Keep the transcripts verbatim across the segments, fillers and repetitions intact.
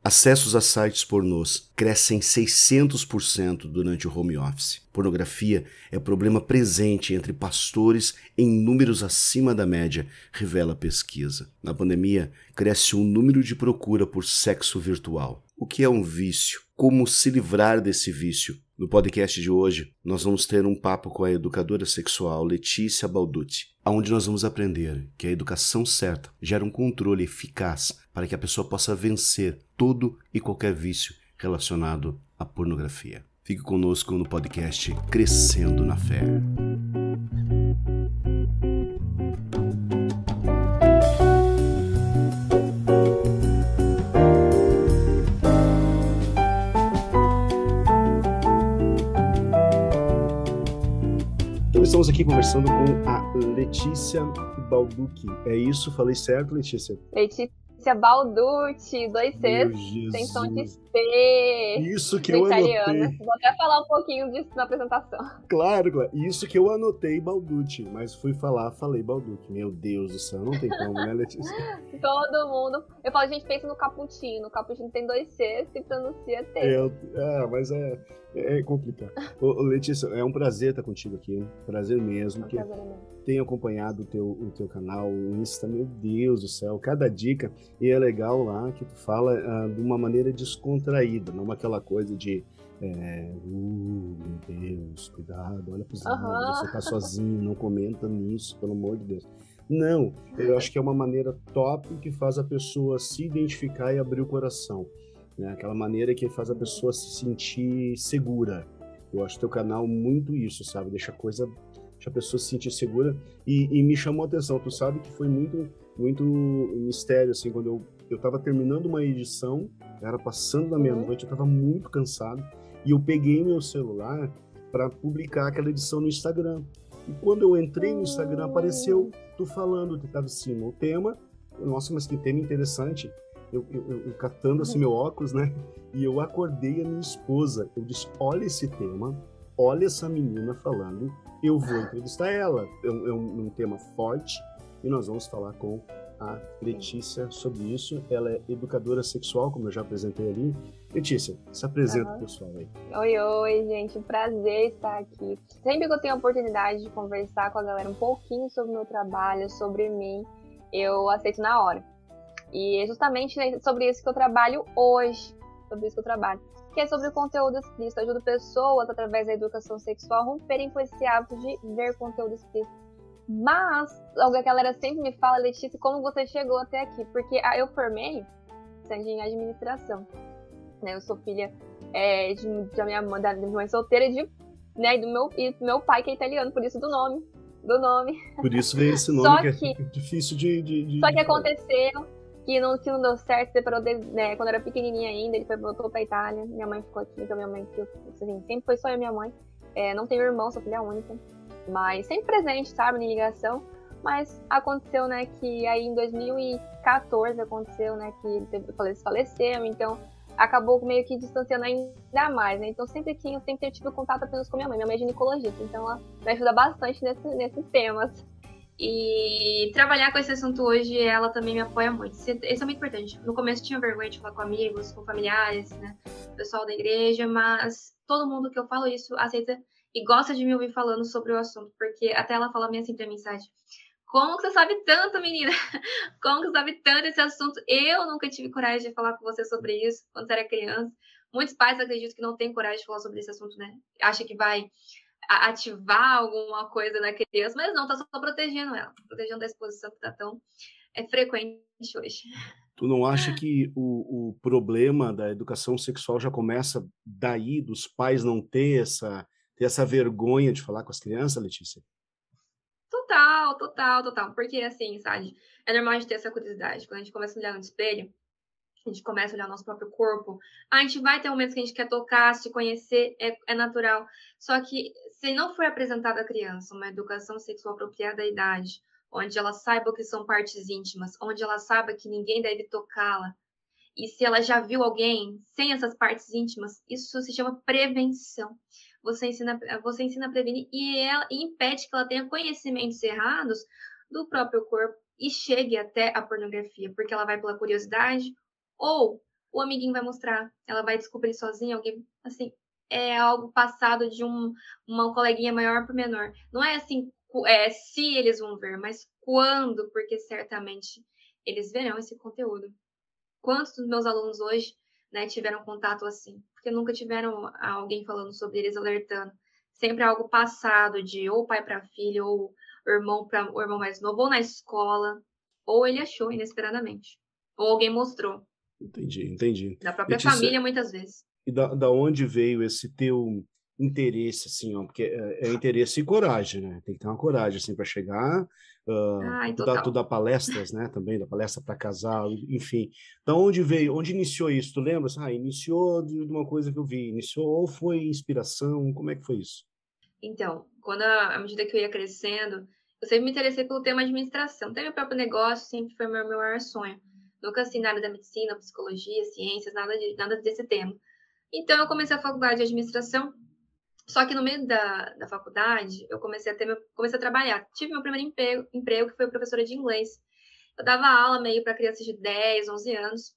Acessos a sites pornôs crescem seiscentos por cento durante o home office. Pornografia é problema presente entre pastores em números acima da média, revela a pesquisa. Na pandemia, cresce o número de procura por sexo virtual. O que é um vício? Como se livrar desse vício? No podcast de hoje, nós vamos ter um papo com a educadora sexual Letícia Balducci, onde nós vamos aprender que a educação certa gera um controle eficaz para que a pessoa possa vencer todo e qualquer vício relacionado à pornografia. Fique conosco no podcast Crescendo na Fé. Estamos aqui conversando com a Letícia Balducci. É isso? Falei certo, Letícia? Letícia Balducci, dois Cs, sem som de C. Isso que eu italiana. anotei. Vou até falar um pouquinho disso na apresentação. Claro, claro. Isso que eu anotei Balducci, mas fui falar, falei Balducci. Meu Deus do céu, não tem como, né, Letícia? Todo mundo. Eu falo, gente, pensa no cappuccino. O cappuccino tem dois Cs e pronuncia T. É, é mas é, é complicado. Ô, Letícia, é um prazer estar contigo aqui. Prazer mesmo. É um que prazer mesmo. Tenho acompanhado o teu, o teu canal, o Insta, meu Deus do céu, cada dica. E é legal lá que tu fala uh, de uma maneira descontraída, não aquela coisa de é, uh, meu Deus, cuidado, olha pros lados, Aham. você tá sozinho, não comenta nisso, pelo amor de Deus. Não, eu acho que é uma maneira top que faz a pessoa se identificar e abrir o coração, né? Aquela maneira que faz a pessoa se sentir segura. Eu acho teu canal muito isso, sabe? Deixa a coisa, deixa a pessoa se sentir segura e, e me chamou a atenção. Tu sabe que foi muito, muito mistério, assim, quando eu, eu tava terminando uma edição, era passando da meia-noite, eu tava muito cansado e eu peguei meu celular para publicar aquela edição no Instagram. E quando eu entrei no Instagram, apareceu tu falando, tu tava assim, o tema, nossa, mas que tema interessante. Eu, eu, eu, eu catando assim meu óculos, né? E eu acordei a minha esposa. Eu disse, olha esse tema, olha essa menina falando, eu vou entrevistar ela. É um, é um, um tema forte e nós vamos falar com a Letícia sobre isso. Ela é educadora sexual, como eu já apresentei ali. Letícia, se apresenta uhum. pessoal aí. Oi, oi, gente. Prazer estar aqui. Sempre que eu tenho a oportunidade de conversar com a galera um pouquinho sobre o meu trabalho, sobre mim, eu aceito na hora. E é justamente sobre isso que eu trabalho hoje. Sobre isso que eu trabalho. Que é sobre o conteúdo explícito. Eu ajudo pessoas, através da educação sexual, a romperem com esse hábito de ver conteúdo explícito. Mas, a galera sempre me fala, Letícia, como você chegou até aqui? Porque eu formei em administração. Né? Eu sou filha é, de, de minha mãe, da minha mãe solteira e, de, né, e do meu, e do meu pai, que é italiano, por isso do nome. Do nome. Por isso veio esse nome só que, que é difícil de... de, de só que aconteceu que não, que não deu certo, separou dele, né, quando eu era pequenininha ainda, ele foi, voltou pra Itália, minha mãe ficou aqui, então minha mãe, assim, sempre foi só eu e minha mãe. É, não tenho irmão, sou filha única. Mas sempre presente, sabe, em ligação. Mas aconteceu, né, que aí em dois mil e quatorze aconteceu, né, que ele teve, faleceu, então acabou meio que distanciando ainda mais, né. Então sempre que eu sempre tive contato apenas com minha mãe. Minha mãe é ginecologista, então ela me ajuda bastante nesse, nesses temas. E trabalhar com esse assunto hoje, ela também me apoia muito. Isso é muito importante. No começo tinha vergonha de falar com amigos, com familiares, né, pessoal da igreja, mas todo mundo que eu falo isso aceita e gosta de me ouvir falando sobre o assunto, porque até ela fala assim pra mim, Sade, como que você sabe tanto, menina? Como que você sabe tanto desse assunto? Eu nunca tive coragem de falar com você sobre isso quando você era criança. Muitos pais acreditam que não tem coragem de falar sobre esse assunto, né? Acha que vai ativar alguma coisa na criança, mas não, tá só protegendo ela, protegendo da exposição que tá tão é, frequente hoje. Tu não acha que o, o problema da educação sexual já começa daí, dos pais não ter essa, ter essa vergonha de falar com as crianças, Letícia? Total, total, total. Porque, assim, sabe, é normal a gente ter essa curiosidade. Quando a gente começa a olhar no espelho, a gente começa a olhar o nosso próprio corpo, a gente vai ter momentos que a gente quer tocar, se conhecer, é, é natural. Só que, se não for apresentada à criança uma educação sexual apropriada à idade, onde ela saiba o que são partes íntimas, onde ela saiba que ninguém deve tocá-la, e se ela já viu alguém sem essas partes íntimas, isso se chama prevenção. Você ensina, você ensina a prevenir e, ela, e impede que ela tenha conhecimentos errados do próprio corpo e chegue até a pornografia, porque ela vai pela curiosidade ou o amiguinho vai mostrar, ela vai descobrir sozinha, alguém, assim, é algo passado de um, uma coleguinha maior para menor. Não é assim, é, se eles vão ver, mas quando, porque certamente eles verão esse conteúdo. Quantos dos meus alunos hoje, né, tiveram contato assim? Porque nunca tiveram alguém falando sobre eles, alertando. Sempre é algo passado, de ou pai para filho, ou irmão para o irmão mais novo, ou na escola, ou ele achou inesperadamente, ou alguém mostrou. Entendi, entendi. Da própria Letícia, família, muitas vezes. e da, da onde veio esse teu interesse, assim, ó? Porque é, é interesse e coragem, né? Tem que ter uma coragem, assim, para chegar. Uh, Ai, tu, dá, tu total. dá palestras, né? Também, dá palestra para casal, enfim. Da onde veio, onde iniciou isso? Tu lembra? Ah, iniciou de uma coisa que eu vi. Iniciou ou foi inspiração? Como é que foi isso? Então, quando à medida que eu ia crescendo, eu sempre me interessei pelo tema administração. Ter meu próprio negócio sempre foi meu, meu maior sonho. Nunca assim na área da medicina, psicologia, ciências, nada, de, nada desse tema. Então, eu comecei a faculdade de administração. Só que no meio da, da faculdade, eu comecei a ter meu, comecei a trabalhar. Tive meu primeiro emprego, emprego, que foi professora de inglês. Eu dava aula meio para crianças de dez, onze anos.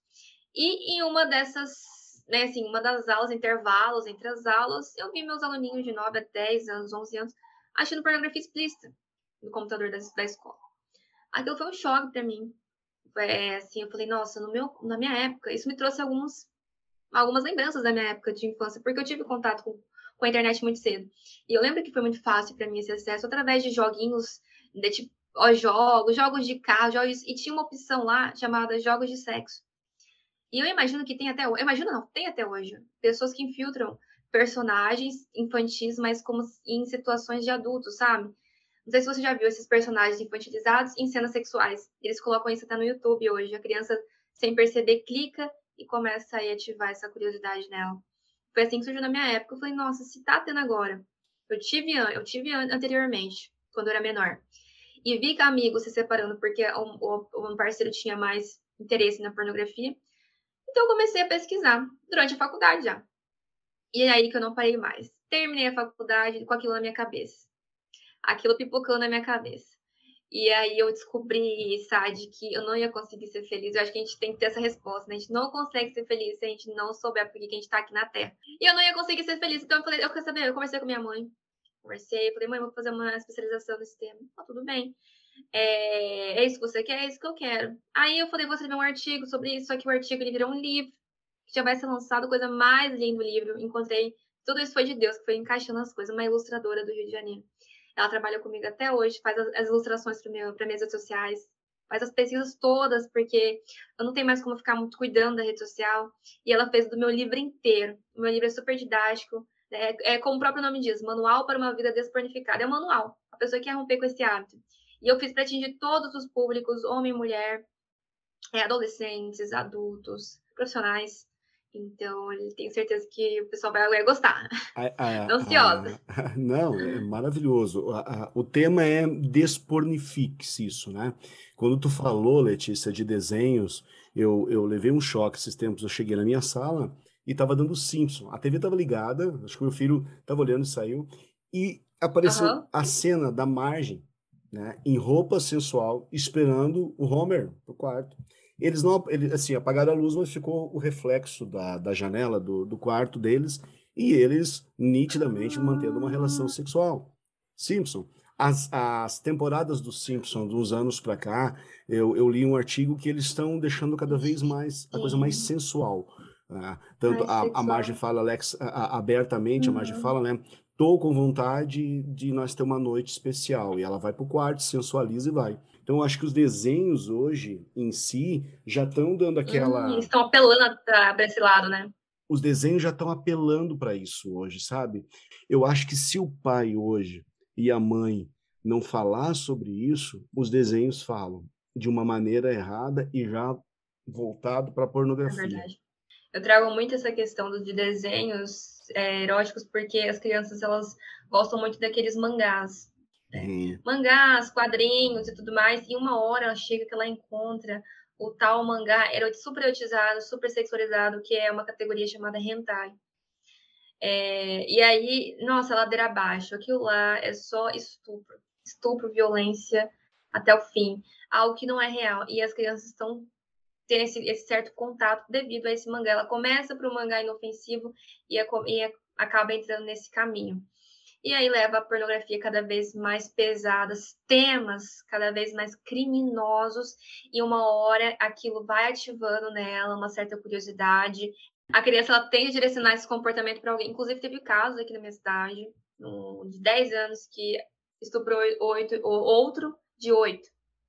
E em uma dessas, né, assim, uma das aulas, intervalos entre as aulas, eu vi meus aluninhos de nove a dez anos, onze anos, achando pornografia explícita no computador da, da escola. Aquilo foi um choque para mim. É, assim, eu falei, nossa, no meu, na minha época, isso me trouxe alguns, algumas lembranças da minha época de infância, porque eu tive contato com, com a internet muito cedo. E eu lembro que foi muito fácil para mim esse acesso através de joguinhos, de tipo, ó, jogos, jogos de carro, jogos, e tinha uma opção lá chamada jogos de sexo. E eu imagino que tem até hoje, imagino não, tem até hoje, pessoas que infiltram personagens infantis, mas como em situações de adultos, sabe? Não sei se você já viu esses personagens infantilizados em cenas sexuais. Eles colocam isso até no YouTube hoje. A criança, sem perceber, clica e começa a ativar essa curiosidade nela. Foi assim que surgiu na minha época. Eu falei, nossa, se tá tendo agora. Eu tive, eu tive anteriormente, quando eu era menor. E vi que amigos se separando porque um parceiro tinha mais interesse na pornografia. Então, eu comecei a pesquisar durante a faculdade já. E é aí que eu não parei mais. Terminei a faculdade com aquilo na minha cabeça. Aquilo pipocando na minha cabeça. E aí eu descobri, sabe, que eu não ia conseguir ser feliz. Eu acho que a gente tem que ter essa resposta, né? A gente não consegue ser feliz se a gente não souber por que a gente tá aqui na Terra. E eu não ia conseguir ser feliz. Então eu falei, eu quero saber, eu conversei com minha mãe. Conversei, falei, mãe, eu vou fazer uma especialização nesse tema. Ah, tudo bem. É, é isso que você quer? É isso que eu quero. Aí eu falei, vou escrever um artigo sobre isso, só que o artigo ele virou um livro, que já vai ser lançado, coisa mais linda do livro. Encontrei, tudo isso foi de Deus, que foi encaixando as coisas, uma ilustradora do Rio de Janeiro. Ela trabalha comigo até hoje, faz as, as ilustrações para minhas redes sociais, faz as pesquisas todas, porque eu não tenho mais como ficar muito cuidando da rede social. E ela fez do meu livro inteiro. O meu livro é super didático, é, é como o próprio nome diz, Manual para uma Vida Despornificada. É um manual, a pessoa quer romper com esse hábito. E eu fiz para atingir todos os públicos, homem e mulher, é, adolescentes, adultos, profissionais. Então, eu tenho certeza que o pessoal vai, vai gostar. Tô ansiosa. A, a, não, é maravilhoso. A, o tema é despornifique-se isso, né? Quando tu falou, Letícia, de desenhos, eu, eu levei um choque esses tempos. Eu cheguei na minha sala e tava dando Simpson. A T V tava ligada, acho que meu filho tava olhando e saiu. E apareceu Uhum. a cena da Marge, né, em roupa sensual, esperando o Homer pro quarto. Eles não, eles, assim, apagaram a luz, mas ficou o reflexo da, da janela do, do quarto deles e eles nitidamente mantendo uma relação sexual. Simpson. As, as temporadas do Simpson dos anos para cá, eu, eu li um artigo que eles estão deixando cada vez mais a coisa mais sensual. Né? Tanto Mais a, a sexual. Marge fala Alex, a, a, abertamente, Uhum. a Marge fala, né? Tô com vontade de nós ter uma noite especial. E ela vai pro quarto, sensualiza e vai. Então, eu acho que os desenhos hoje, em si, já estão dando aquela... Hum, eles estão apelando para esse lado, né? Os desenhos já estão apelando para isso hoje, sabe? Eu acho que se o pai hoje e a mãe não falar sobre isso, os desenhos falam de uma maneira errada e já voltado para a É pornografia. verdade. Eu trago muito essa questão de desenhos é, eróticos porque as crianças elas gostam muito daqueles mangás. Né? Hum. Mangás, quadrinhos e tudo mais. E uma hora ela chega que ela encontra o tal mangá super erotizado, super sexualizado, que é uma categoria chamada hentai. É, e aí, nossa, ladeira abaixo. Aquilo lá é só estupro. Estupro, violência até o fim. Algo que não é real. E as crianças estão ter esse, esse certo contato devido a esse mangá. Ela começa para o mangá inofensivo e, a, e a, acaba entrando nesse caminho. E aí leva a pornografia cada vez mais pesadas, temas cada vez mais criminosos, e uma hora aquilo vai ativando nela uma certa curiosidade. A criança ela tende a direcionar esse comportamento para alguém. Inclusive, teve casos aqui na minha cidade, um, de dez anos, que estuprou oito, ou outro de oito.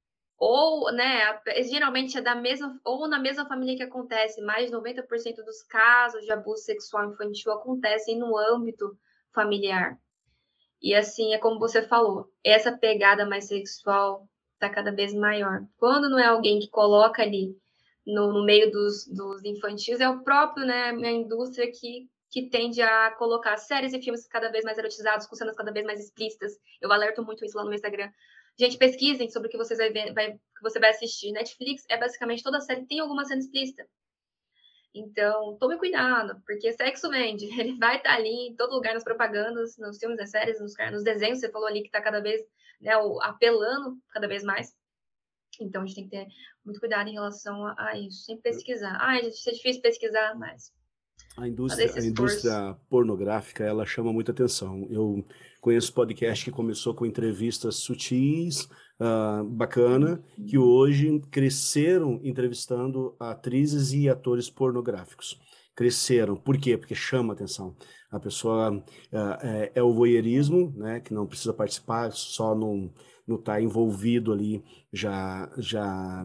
Ou, né, geralmente é da mesma, ou na mesma família que acontece. Mais de noventa por cento dos casos de abuso sexual infantil acontecem no âmbito familiar. E assim, é como você falou, essa pegada mais sexual está cada vez maior. Quando não é alguém que coloca ali no, no meio dos, dos infantis, é o próprio, né, a indústria que, que tende a colocar séries e filmes cada vez mais erotizados, com cenas cada vez mais explícitas. Eu alerto muito isso lá no meu Instagram. Gente, pesquisem sobre o que, vocês vai ver, vai, que você vai assistir. Netflix é basicamente toda série tem alguma cena explícita. Então, tome cuidado, porque sexo vende. Ele vai estar ali em todo lugar, nas propagandas, nos filmes, nas séries, nos, nos desenhos. Você falou ali que está cada vez, né, apelando cada vez mais. Então, a gente tem que ter muito cuidado em relação a, a isso. Sempre pesquisar. Ah, gente, é difícil pesquisar, mas... A indústria, a indústria pornográfica, ela chama muita atenção. Eu conheço podcast que começou com entrevistas sutis, uh, bacana, que hoje cresceram entrevistando atrizes e atores pornográficos. Cresceram. Por quê? Porque chama atenção. A pessoa uh, é, é o voyeurismo, né, que não precisa participar, só não não está envolvido ali, já... já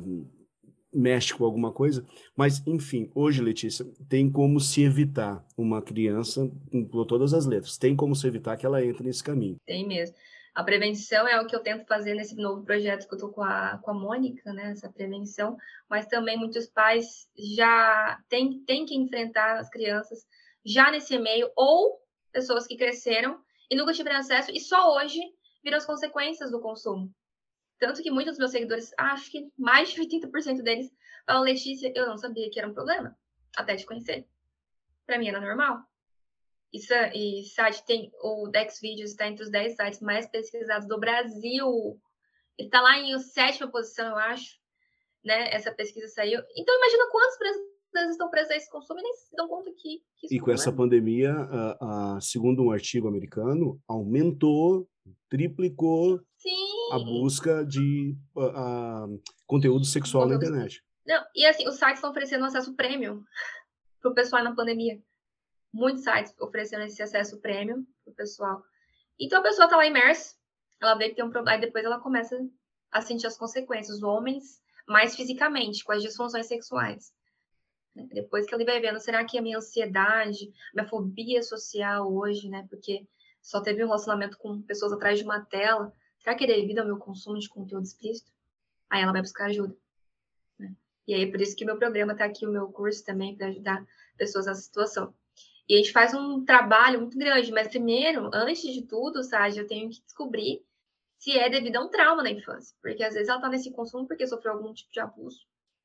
mexe com alguma coisa, mas enfim, hoje, Letícia, tem como se evitar uma criança, por todas as letras, tem como se evitar que ela entre nesse caminho. Tem mesmo. A prevenção é o que eu tento fazer nesse novo projeto que eu tô com a, com a Mônica, né, essa prevenção, mas também muitos pais já têm, têm que enfrentar as crianças já nesse meio, ou pessoas que cresceram e nunca tiveram acesso e só hoje viram as consequências do consumo. Tanto que muitos dos meus seguidores, acho que mais de oitenta por cento deles, falam, Letícia, eu não sabia que era um problema, até te conhecer. Pra mim era normal. Isso, e site tem, o Xvideos está entre os dez sites mais pesquisados do Brasil. Ele está lá em sétima posição, eu acho, né? Essa pesquisa saiu. Então, imagina quantos brasileiros estão presos a esse consumo e nem se dão conta que, que isso E com essa pandemia, a, a, segundo um artigo americano, aumentou, triplicou Sim. a busca de a, a, conteúdo sexual conteúdo na internet. Não, e assim, os sites estão oferecendo um acesso premium para o pessoal na pandemia. Muitos sites oferecendo esse acesso premium para o pessoal. Então, a pessoa está lá imersa, ela vê que tem um problema, aí depois ela começa a sentir as consequências. Os homens, mais fisicamente, com as disfunções sexuais. Depois que ele vai vendo, será que a minha ansiedade, a minha fobia social hoje, né? Porque só teve um relacionamento com pessoas atrás de uma tela, será que é devido ao meu consumo de conteúdo explícito? Aí ela vai buscar ajuda. Né? E aí, por isso que o meu programa está aqui, o meu curso também, para ajudar pessoas nessa situação. E a gente faz um trabalho muito grande, mas primeiro, antes de tudo, Sage, eu tenho que descobrir se é devido a um trauma na infância. Porque às vezes ela está nesse consumo porque sofreu algum tipo de abuso.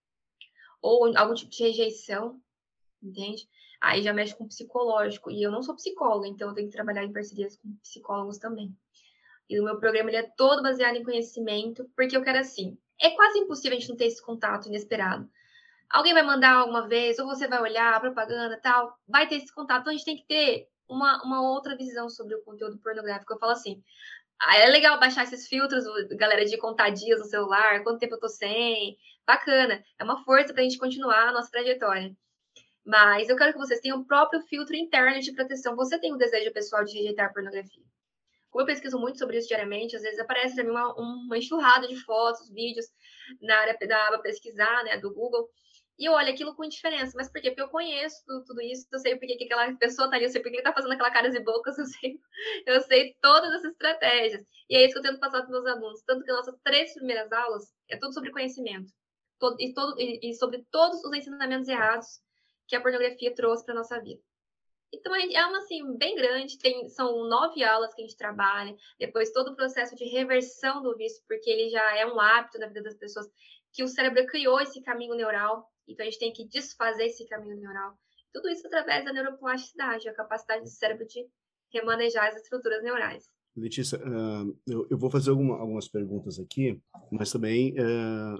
Ou algum tipo de rejeição, entende? Aí já mexe com o psicológico. E eu não sou psicóloga, então eu tenho que trabalhar em parcerias com psicólogos também. E o meu programa ele é todo baseado em conhecimento, porque eu quero assim. É quase impossível a gente não ter esse contato inesperado. Alguém vai mandar alguma vez, ou você vai olhar a propaganda e tal, vai ter esse contato. Então a gente tem que ter uma, uma outra visão sobre o conteúdo pornográfico. Eu falo assim, ah, é legal baixar esses filtros, galera, de contar dias no celular, quanto tempo eu tô sem, bacana. É uma força pra gente continuar a nossa trajetória. Mas eu quero que vocês tenham o próprio filtro interno de proteção. Você tem o desejo pessoal de rejeitar a pornografia. Como eu pesquiso muito sobre isso diariamente, às vezes aparece pra mim uma, uma enxurrada de fotos, vídeos na área da aba pesquisar, né, do Google. E eu olho aquilo com indiferença. Mas por quê? Porque eu conheço tudo, tudo isso, eu sei por que aquela pessoa tá ali, eu sei por que ele tá fazendo aquela caras e bocas, eu sei, eu sei todas essas estratégias. E é isso que eu tento passar para os meus alunos. Tanto que nossas três primeiras aulas é tudo sobre conhecimento. Todo, e, todo, e, e sobre todos os ensinamentos errados que a pornografia trouxe para nossa vida. Então, é uma, assim, bem grande. Tem, são nove aulas que a gente trabalha. Depois, todo o processo de reversão do vício, porque ele já é um hábito na vida das pessoas, que o cérebro criou esse caminho neural. Então, a gente tem que desfazer esse caminho neural. Tudo isso através da neuroplasticidade, a capacidade do cérebro de remanejar as estruturas neurais. Letícia, uh, eu, eu vou fazer alguma, algumas perguntas aqui, mas também uh,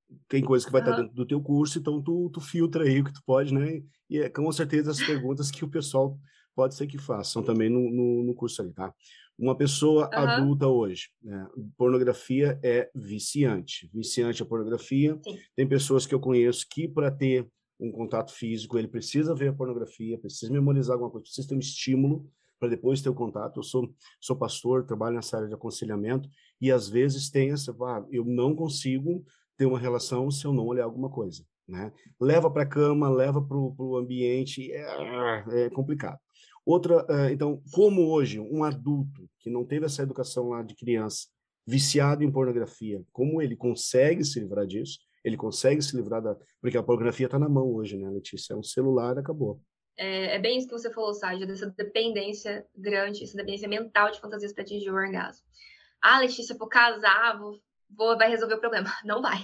tem coisa que vai Uhum. estar dentro do teu curso, então tu, tu filtra aí o que tu pode, né? E é com certeza as perguntas que o pessoal pode ser que façam também no, no, no curso ali, tá? Uma pessoa Uhum. adulta hoje, né? Pornografia é viciante. Viciante a pornografia. Sim. Tem pessoas que eu conheço que para ter um contato físico, ele precisa ver a pornografia, precisa memorizar alguma coisa, precisa ter um estímulo para depois ter o contato. Eu sou, sou pastor, trabalho nessa área de aconselhamento e às vezes tem essa, ah, eu não consigo ter uma relação se eu não olhar alguma coisa, né? Leva para a cama, leva para o ambiente, é, é complicado. Outra, então, como hoje um adulto que não teve essa educação lá de criança, viciado em pornografia, como ele consegue se livrar disso? Ele consegue se livrar da... Porque a pornografia está na mão hoje, né, Letícia? É um celular, acabou. É, é bem isso que você falou, Sádia, dessa dependência grande, essa dependência mental de fantasias para atingir o orgasmo. Ah, Letícia, vou casar, vou, vou, vai resolver o problema. Não vai.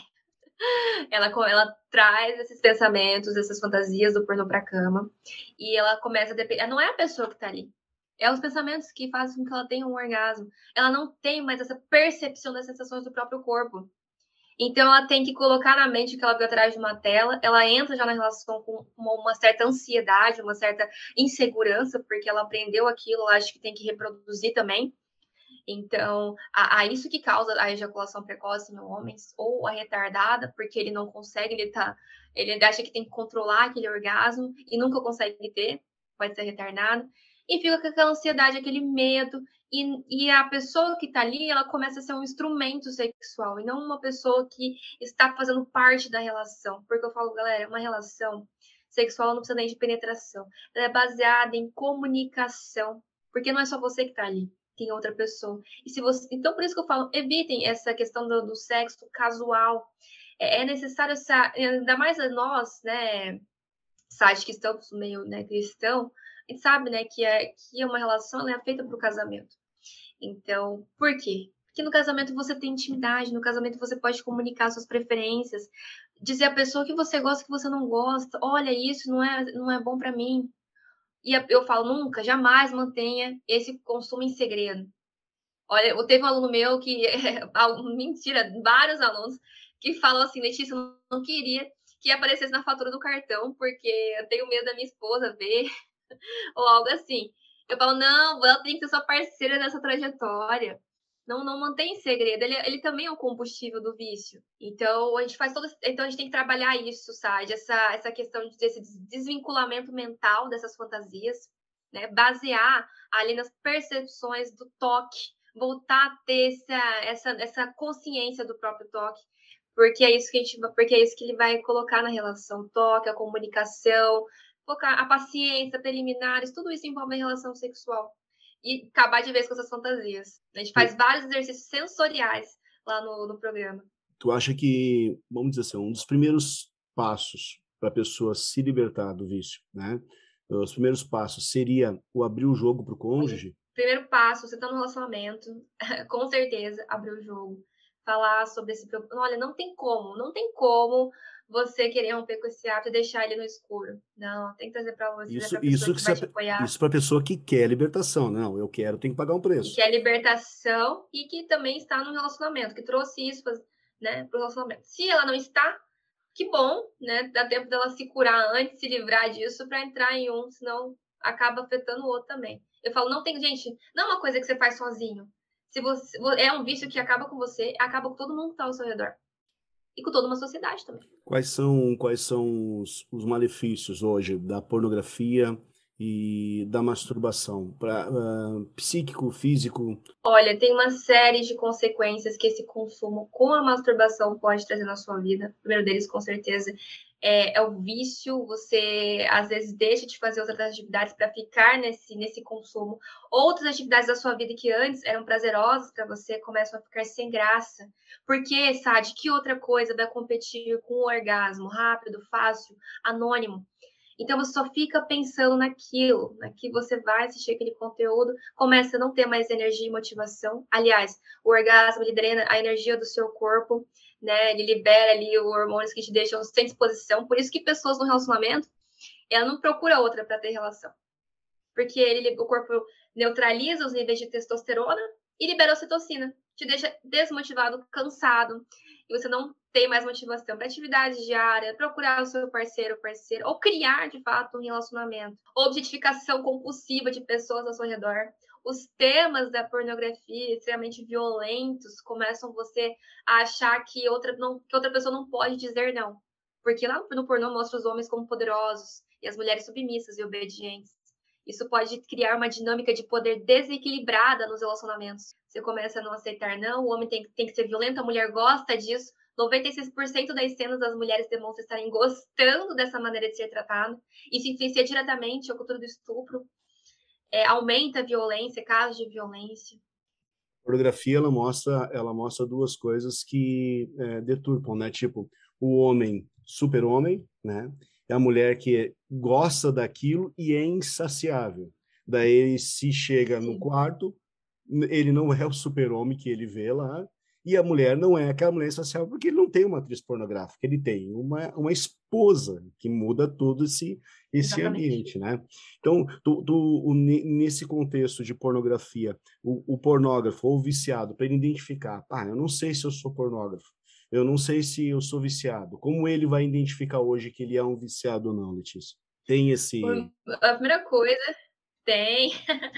Ela, ela traz esses pensamentos, essas fantasias do pornô pra cama, e ela começa a depender. Não é a pessoa que tá ali. É os pensamentos que fazem com que ela tenha um orgasmo. Ela não tem mais essa percepção das sensações do próprio corpo. Então, ela tem que colocar na mente que ela viu atrás de uma tela, ela entra já na relação com uma certa ansiedade, uma certa insegurança, porque ela aprendeu aquilo, ela acha que tem que reproduzir também. Então, a, a isso que causa a ejaculação precoce em homens, ou a retardada, porque ele não consegue, ele, tá, ele acha que tem que controlar aquele orgasmo e nunca consegue ter, pode ser retardado, e fica com aquela ansiedade, aquele medo, e, e a pessoa que tá ali, ela começa a ser um instrumento sexual, e não uma pessoa que está fazendo parte da relação, porque eu falo, galera, uma relação sexual não precisa nem de penetração, ela é baseada em comunicação, porque não é só você que tá ali, tem outra pessoa. E se você, então, por isso que eu falo, evitem essa questão do, do sexo casual. É, é necessário, essa, ainda mais nós, né, sites que estamos no meio, né, cristão, a gente sabe, né, que é, que uma relação ela é feita para o casamento. Então, por quê? Porque no casamento você tem intimidade, no casamento você pode comunicar suas preferências, dizer à pessoa que você gosta, que você não gosta, olha, isso não é, não é bom para mim. E eu falo, nunca, jamais mantenha esse consumo em segredo. Olha, teve um aluno meu que, mentira, vários alunos que falam assim, Letícia, eu não queria que aparecesse na fatura do cartão, porque eu tenho medo da minha esposa ver, ou algo assim. Eu falo, não, ela tem que ser sua parceira nessa trajetória. Não, não mantém segredo. Ele, ele também é um combustível do vício. Então, a gente faz todo. Então, a gente tem que trabalhar isso, sabe? Essa, essa questão de, desse desvinculamento mental dessas fantasias, né? Basear ali nas percepções do toque, voltar a ter essa, essa, essa consciência do próprio toque. Porque é isso que a gente, porque é isso que ele vai colocar na relação, toque, a comunicação, focar a paciência, preliminares, tudo isso envolve a relação sexual. E acabar de vez com essas fantasias. A gente faz vários exercícios sensoriais lá no, no programa. Tu acha que, vamos dizer assim, um dos primeiros passos para a pessoa se libertar do vício, né? Os primeiros passos seria o abrir o jogo para o cônjuge? Primeiro passo, você está no relacionamento, com certeza, abrir o jogo. Falar sobre esse problema. Olha, não tem como, não tem como você querer romper com esse hábito e deixar ele no escuro. Não, tem que trazer para você, isso, para a pessoa isso que vai te apoiar. Isso para a pessoa que quer libertação. Não, eu quero, tem que pagar um preço. E que é libertação e que também está no relacionamento, que trouxe isso, né, para o relacionamento. Se ela não está, que bom, né? Dá tempo dela se curar antes, se livrar disso para entrar em um, senão acaba afetando o outro também. Eu falo, não tem, gente, não é uma coisa que você faz sozinho. Se você é um vício que acaba com você, acaba com todo mundo que está ao seu redor. E com toda uma sociedade também. Quais são, quais são os, os malefícios hoje da pornografia e da masturbação? Para uh, psíquico, físico? Olha, tem uma série de consequências que esse consumo com a masturbação pode trazer na sua vida. O primeiro deles, com certeza, é, é o vício. Você, às vezes, deixa de fazer outras atividades para ficar nesse, nesse consumo. Outras atividades da sua vida que antes eram prazerosas para você começam a ficar sem graça. Porque, sabe, que outra coisa vai competir com o orgasmo rápido, fácil, anônimo? Então, você só fica pensando naquilo, na que você vai assistir aquele conteúdo, começa a não ter mais energia e motivação. Aliás, o orgasmo, ele drena a energia do seu corpo, né? Ele libera ali os hormônios que te deixam sem disposição. Por isso que pessoas no relacionamento, ela não procura outra para ter relação. Porque ele, o corpo neutraliza os níveis de testosterona e libera a ocitocina. Te deixa desmotivado, cansado. e você não tem mais motivação para atividade diária, procurar o seu parceiro ou parceira, ou criar, de fato, um relacionamento. Objetificação compulsiva de pessoas ao seu redor. Os temas da pornografia extremamente violentos começam você a achar que outra, não, que outra pessoa não pode dizer não. Porque lá no pornô mostra os homens como poderosos e as mulheres submissas e obedientes. Isso pode criar uma dinâmica de poder desequilibrada nos relacionamentos. Você começa a não aceitar não, o homem tem, tem que ser violento, a mulher gosta disso. noventa e seis por cento das cenas das mulheres demonstram estarem gostando dessa maneira de ser tratada. Isso influencia diretamente a cultura do estupro. É, aumenta a violência, casos de violência. A pornografia, ela mostra, ela mostra duas coisas que é, deturpam, né? Tipo, o homem super-homem, né? É a mulher que gosta daquilo e é insaciável. Daí, se chega no quarto, ele não é o super-homem que ele vê lá, e a mulher não é aquela mulher insaciável, porque ele não tem uma atriz pornográfica, ele tem uma, uma esposa que muda todo esse, esse ambiente, né? Então, tu, tu, o, nesse contexto de pornografia, o, o pornógrafo ou o viciado, para ele identificar, ah, eu não sei se eu sou pornógrafo, eu não sei se eu sou viciado. Como ele vai identificar hoje que ele é um viciado ou não, Letícia? Tem esse... A primeira coisa... Tem.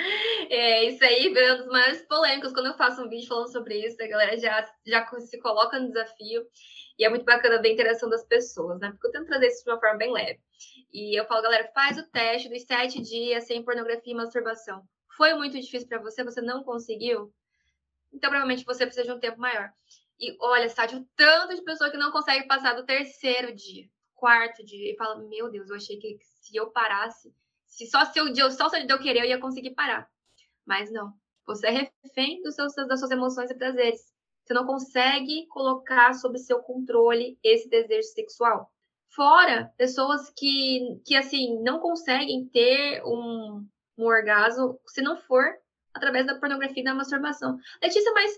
É, isso aí é um dos maiores polêmicos. Quando eu faço um vídeo falando sobre isso, a galera já, já se coloca no desafio. E é muito bacana ver a interação das pessoas, né? Porque eu tento trazer isso de uma forma bem leve. E eu falo, galera, faz o teste dos sete dias sem pornografia e masturbação. Foi muito difícil para você? Você não conseguiu? Então, provavelmente, você precisa de um tempo maior. E olha, Sádio, o tanto de pessoa que não consegue passar do terceiro dia, quarto dia, e fala, meu Deus, eu achei que se eu parasse, se só se eu, só se eu querer, eu ia conseguir parar. Mas não. Você é refém dos seus, das suas emoções e prazeres. Você não consegue colocar sob seu controle esse desejo sexual. Fora pessoas que, que assim, não conseguem ter um, um orgasmo se não for através da pornografia e da masturbação. Letícia, mas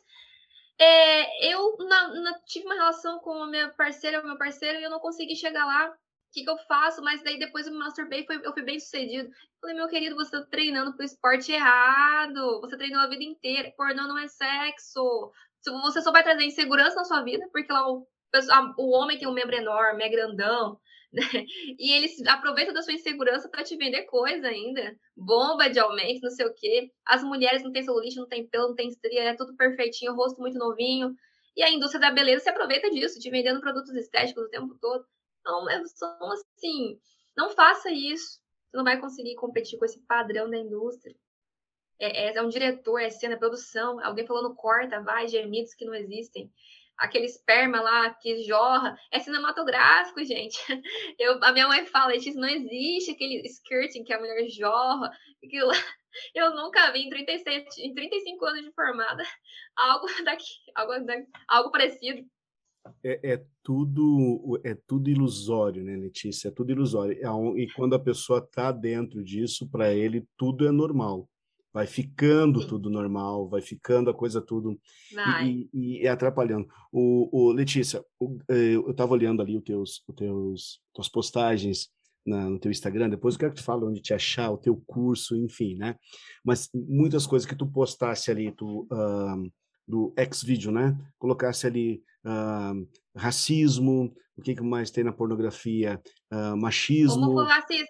é, eu na, na, tive uma relação com a minha parceira, o meu parceiro, e eu não consegui chegar lá. O que, que eu faço? Mas daí depois eu me masturbei e eu fui bem sucedido. Falei, meu querido, você tá treinando pro esporte errado. Você treinou a vida inteira. Pornô não é sexo. Você só vai trazer insegurança na sua vida, porque lá o, o homem tem um membro enorme, é grandão, né? E ele aproveita da sua insegurança para te vender coisa ainda. Bomba de aumento, não sei o quê. As mulheres não têm celulite, não tem pelo, não tem estria, é tudo perfeitinho, rosto muito novinho. E a indústria da beleza se aproveita disso, te vendendo produtos estéticos o tempo todo. Então, são assim, não faça isso. Você não vai conseguir competir com esse padrão da indústria. É, é, é um diretor, é cena, é produção. Alguém falando corta, vai, gemidos que não existem. Aquele esperma lá que jorra. É cinematográfico, gente. Eu, a minha mãe fala, isso não existe, aquele skirting que a mulher jorra. Aquilo lá. Eu nunca vi em, trinta e sete, em trinta e cinco anos de formada algo daqui, algo, algo parecido. É, é, tudo, é tudo ilusório, né, Letícia? É tudo ilusório. E quando a pessoa está dentro disso, para ele, tudo é normal. Vai ficando Sim. tudo normal, vai ficando a coisa tudo... E, e, e atrapalhando. O, o, Letícia, o, eu estava olhando ali os teus, os teus, tuas postagens na, no teu Instagram, depois eu quero que tu fale onde te achar, o teu curso, enfim, né? Mas muitas coisas que tu postasse ali, tu... Uh, do Xvideo, né? Colocasse ali uh, racismo, o que, que mais tem na pornografia? Uh, machismo. Como racismo,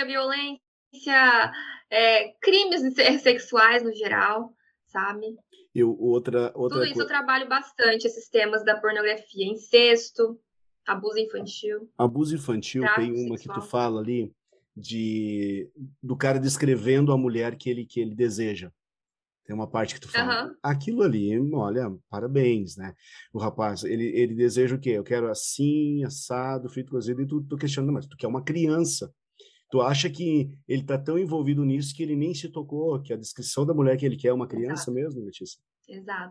violência, é, crimes sexuais no geral, sabe? Eu, outra, outra Tudo isso eu trabalho bastante, esses temas da pornografia. Incesto, abuso infantil. Abuso infantil, tem uma sexual. Que tu fala ali, de, do cara descrevendo a mulher que ele, que ele deseja. Tem uma parte que tu fala, uhum. Aquilo ali, olha, parabéns, né? O rapaz, ele, ele deseja o quê? Eu quero assim, assado, frito, cozido, e tu, tu questionando, mas tu quer uma criança. Tu acha que ele tá tão envolvido nisso que ele nem se tocou, que a descrição da mulher que ele quer é uma criança Exato. Mesmo, Letícia? Exato.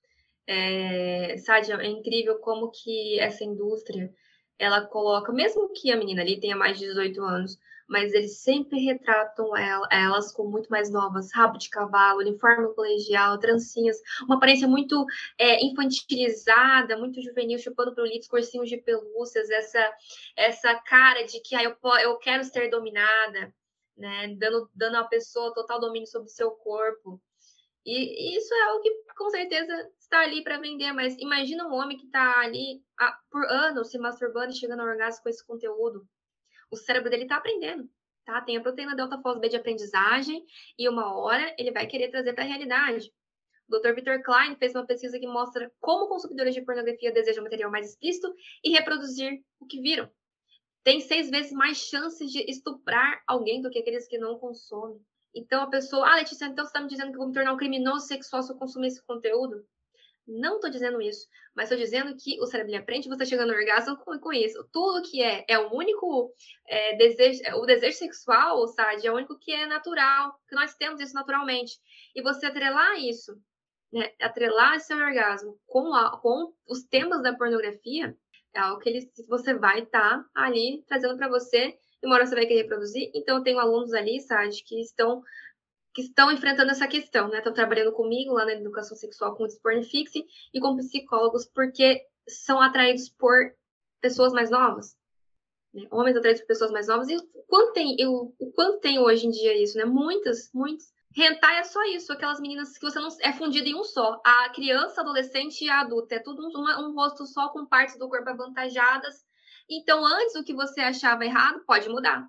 É, Sádia, é incrível como que essa indústria, ela coloca, mesmo que a menina ali tenha mais de dezoito anos, mas eles sempre retratam ela, elas como muito mais novas, rabo de cavalo, uniforme colegial, trancinhas, uma aparência muito é, infantilizada, muito juvenil, chupando pirulitos, cursinhos de pelúcias, essa, essa cara de que ah, eu, eu quero ser dominada, né, dando, dando à pessoa total domínio sobre o seu corpo. E isso é algo que, com certeza, está ali para vender. Mas imagina um homem que está ali há, por anos se masturbando e chegando ao orgasmo com esse conteúdo. O cérebro dele está aprendendo, tá? Tem a proteína delta-fosfo-B de aprendizagem e uma hora ele vai querer trazer para a realidade. O doutor Victor Klein fez uma pesquisa que mostra como consumidores de pornografia desejam material mais explícito e reproduzir o que viram. Tem seis vezes mais chances de estuprar alguém do que aqueles que não consomem. Então a pessoa, ah, Letícia, então você está me dizendo que eu vou me tornar um criminoso sexual se eu consumir esse conteúdo? Não estou dizendo isso, mas estou dizendo que o cérebro aprende, você está chegando no orgasmo com, com isso. Tudo que é, é o único é, desejo, o desejo sexual, sabe, é o único que é natural, que nós temos isso naturalmente. E você atrelar isso, né, atrelar seu orgasmo com, a, com os temas da pornografia, é algo que ele, você vai estar tá ali trazendo para você, e uma hora você vai querer reproduzir. Então, eu tenho alunos ali, sabe, que estão, que estão enfrentando essa questão, né? Estão trabalhando comigo lá na educação sexual com o Despornifixe e com psicólogos, porque são atraídos por pessoas mais novas, né? Homens atraídos por pessoas mais novas. E o quanto tem, eu, o quanto tem hoje em dia isso, né? Muitas, muitas. Hentai é só isso, aquelas meninas que você não é fundida em um só. A criança, adolescente e a adulta. É tudo um, um rosto só com partes do corpo avantajadas. Então, antes o que você achava errado, pode mudar.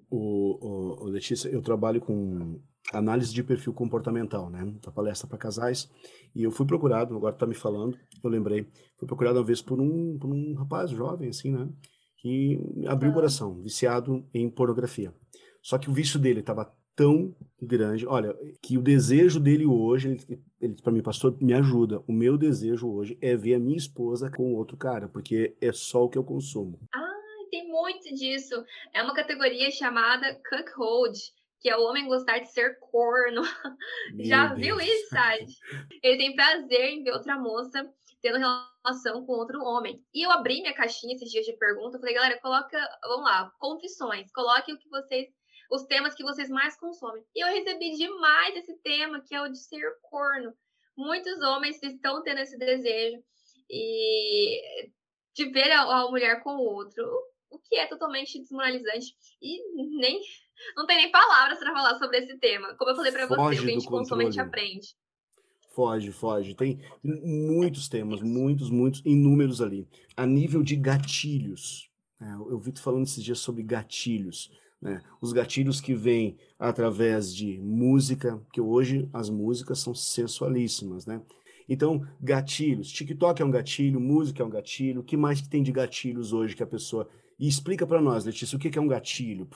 O, o, o Letícia, eu trabalho com análise de perfil comportamental, né? Da palestra para casais. E eu fui procurado, agora tá me falando, eu lembrei. Fui procurado uma vez por um, por um rapaz jovem, assim, né? Que abriu o coração, viciado em pornografia. Só que o vício dele estava tão grande, olha, que o desejo dele hoje, ele, ele para mim, pastor, me ajuda. O meu desejo hoje é ver a minha esposa com outro cara, porque é só o que eu consumo. Ah, tem muito disso. É uma categoria chamada cuckold, que é o homem gostar de ser corno. Meu Já Deus. Viu isso, Sade? Ele tem prazer em ver outra moça tendo relação com outro homem. E eu abri minha caixinha esses dias de pergunta, eu falei, galera, coloca, vamos lá, confissões, coloque o que vocês, os temas que vocês mais consomem. E eu recebi demais esse tema, que é o de ser corno. Muitos homens estão tendo esse desejo e de ver a, a mulher com o outro, o que é totalmente desmoralizante e nem não tem nem palavras para falar sobre esse tema. Como eu falei para você, o que a gente consome, a gente aprende. Foge, foge. Tem muitos temas, muitos, muitos, inúmeros ali. A nível de gatilhos. É, eu vi tu falando esses dias sobre gatilhos. Né? Os gatilhos que vêm através de música, que hoje as músicas são sensualíssimas, né? Então, gatilhos. TikTok é um gatilho, música é um gatilho. O que mais que tem de gatilhos hoje que a pessoa... E explica para nós, Letícia, o que é um gatilho?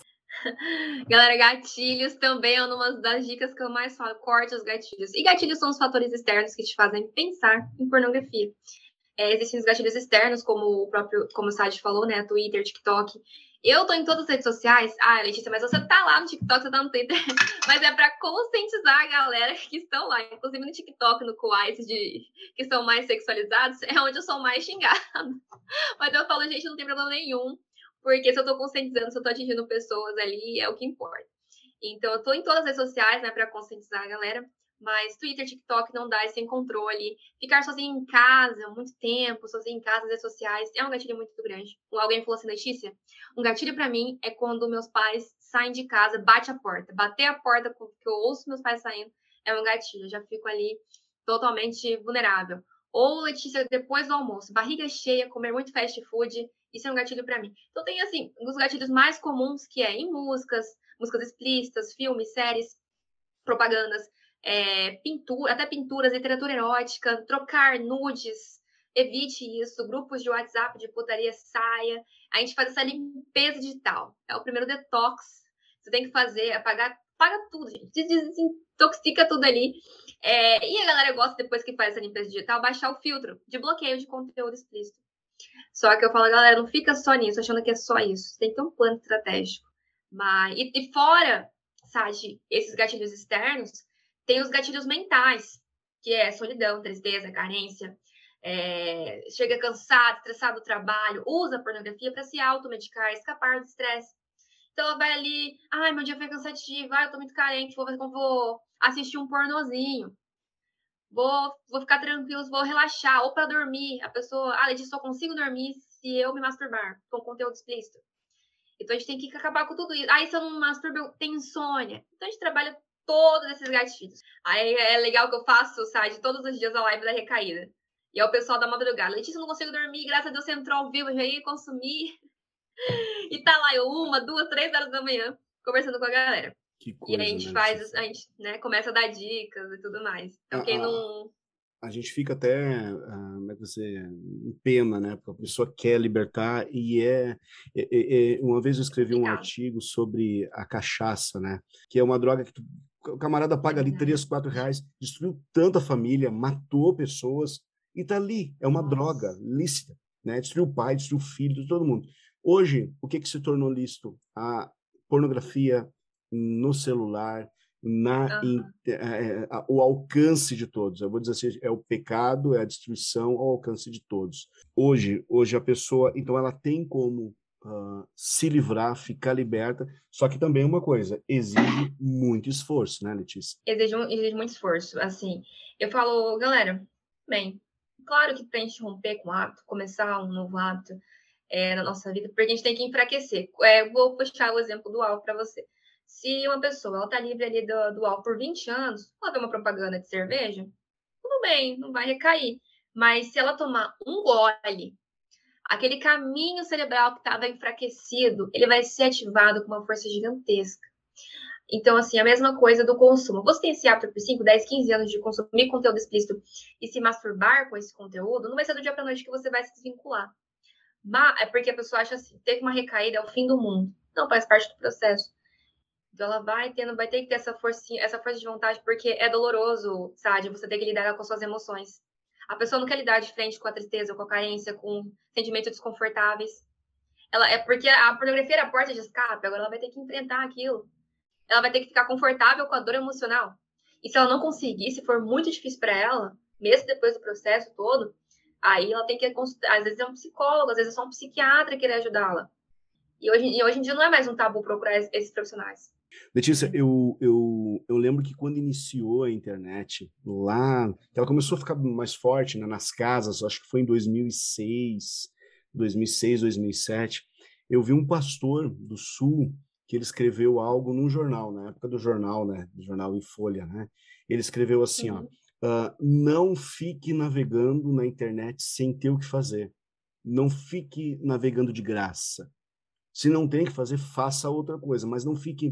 Galera, gatilhos também é uma das dicas que eu mais falo. Corte os gatilhos. E gatilhos são os fatores externos que te fazem pensar em pornografia. É, existem os gatilhos externos, como o próprio, como o Sade falou, né? Twitter, TikTok. Eu tô em todas as redes sociais. Ah, Letícia, mas você tá lá no TikTok, você tá no Twitter. Mas é pra conscientizar a galera que estão lá. Inclusive no TikTok, no Kuwait, de, que são mais sexualizados, é onde eu sou mais xingada. Mas eu falo, gente, não tem problema nenhum. Porque se eu tô conscientizando, se eu tô atingindo pessoas ali, é o que importa. Então, eu tô em todas as redes sociais, né, pra conscientizar a galera. Mas Twitter, TikTok não dá esse controle. Ficar sozinho em casa, muito tempo, sozinho em casa, nas redes sociais, é um gatilho muito grande. Alguém falou assim, Letícia, um gatilho pra mim é quando meus pais saem de casa, bate a porta. Bater a porta, porque eu ouço meus pais saindo, é um gatilho. Eu já fico ali totalmente vulnerável. Ou, Letícia, depois do almoço, barriga cheia, comer muito fast food, isso é um gatilho pra mim. Então tem, assim, um dos gatilhos mais comuns, que é em músicas, músicas explícitas, filmes, séries, propagandas, é, pintura, até pinturas, literatura erótica, trocar nudes, evite isso, grupos de WhatsApp de putaria, saia. A gente faz essa limpeza digital. É o primeiro detox. Você tem que fazer, apagar, apaga tudo, gente. Desintoxica tudo ali. É, e a galera gosta, depois que faz essa limpeza digital, baixar o filtro de bloqueio de conteúdo explícito. Só que eu falo, galera, não fica só nisso, achando que é só isso. Tem que ter um plano estratégico. Mas, e, e fora, sabe, esses gatilhos externos, tem os gatilhos mentais, que é solidão, tristeza, carência. É, chega cansado, estressado do trabalho, usa a pornografia para se automedicar, escapar do estresse. Então ela vai ali, ai, meu dia foi cansativo, ai, eu tô muito carente, vou, vou assistir um pornozinho. Vou, vou ficar tranquilo, vou relaxar, ou para dormir. A pessoa, ah, Letícia, só consigo dormir se eu me masturbar com conteúdo explícito. Então a gente tem que acabar com tudo isso. Ah, se eu não masturbo, eu tenho insônia. Então a gente trabalha todos esses gatilhos. Aí é legal que eu faço, sabe, todos os dias a live da recaída. E é o pessoal da madrugada. Letícia, eu não consigo dormir, graças a Deus você entrou ao vivo, eu já ia consumir. E tá lá eu uma, duas, três horas da manhã conversando com a galera. Que coisa, e a gente né, faz, Letícia? a gente, né, começa a dar dicas e tudo mais. Então A, quem a, não... a gente fica até, uh, como é que você, em pena, né? Porque a pessoa quer libertar e é, é, é, é... Uma vez eu escrevi um Complicado. artigo sobre a cachaça, né? Que é uma droga que tu, o camarada paga É ali verdade. três, quatro reais, destruiu tanta família, matou pessoas e tá ali. É uma Nossa. droga lícita, né? Destruiu o pai, destruiu o filho, destruiu todo mundo. Hoje, o que que se tornou lícito? A pornografia no celular, na, Aham. in, é, é, a- o alcance de todos. Eu vou dizer assim, é o pecado, é a destruição ao alcance de todos. Hoje, hoje a pessoa, então ela tem como ah, se livrar, ficar liberta, só que também uma coisa, exige muito esforço, né, Letícia? Exige, um- exige muito esforço. Assim, eu falo, galera, bem, claro que pra gente romper com o hábito, começar um novo hábito é, na nossa vida, porque a gente tem que enfraquecer. É, vou puxar o exemplo do álcool para você. Se uma pessoa ela tá livre ali do, do álcool por vinte anos, ela vê uma propaganda de cerveja, tudo bem, não vai recair. Mas se ela tomar um gole, aquele caminho cerebral que estava enfraquecido, ele vai ser ativado com uma força gigantesca. Então, assim, a mesma coisa do consumo. Você tem esse hábito por cinco, dez, quinze anos de consumir conteúdo explícito e se masturbar com esse conteúdo, não vai ser do dia para noite que você vai se desvincular. Mas é porque a pessoa acha assim, teve uma recaída, é o fim do mundo. Não, faz parte do processo. Então ela vai tendo, vai ter que ter essa forcinha, essa força de vontade, porque é doloroso, sabe? Você ter que lidar com as suas emoções. A pessoa não quer lidar de frente com a tristeza, com a carência, com sentimentos desconfortáveis. Ela é porque a pornografia era a porta de escape, agora ela vai ter que enfrentar aquilo. Ela vai ter que ficar confortável com a dor emocional. E se ela não conseguir, se for muito difícil para ela, mesmo depois do processo todo, aí ela tem que consultar. Às vezes é um psicólogo, às vezes é só um psiquiatra que querer ajudá-la. E hoje, e hoje em dia não é mais um tabu procurar esses profissionais. Letícia, eu, eu, eu lembro que quando iniciou a internet, lá, ela começou a ficar mais forte, né, nas casas, acho que foi em dois mil e seis, dois mil e seis, dois mil e sete, eu vi um pastor do Sul que ele escreveu algo num jornal, na época do jornal, né, do jornal em Folha, né? Ele escreveu assim, Uhum. ó, uh, não fique navegando na internet sem ter o que fazer. Não fique navegando de graça. Se não tem o que fazer, faça outra coisa, mas não fique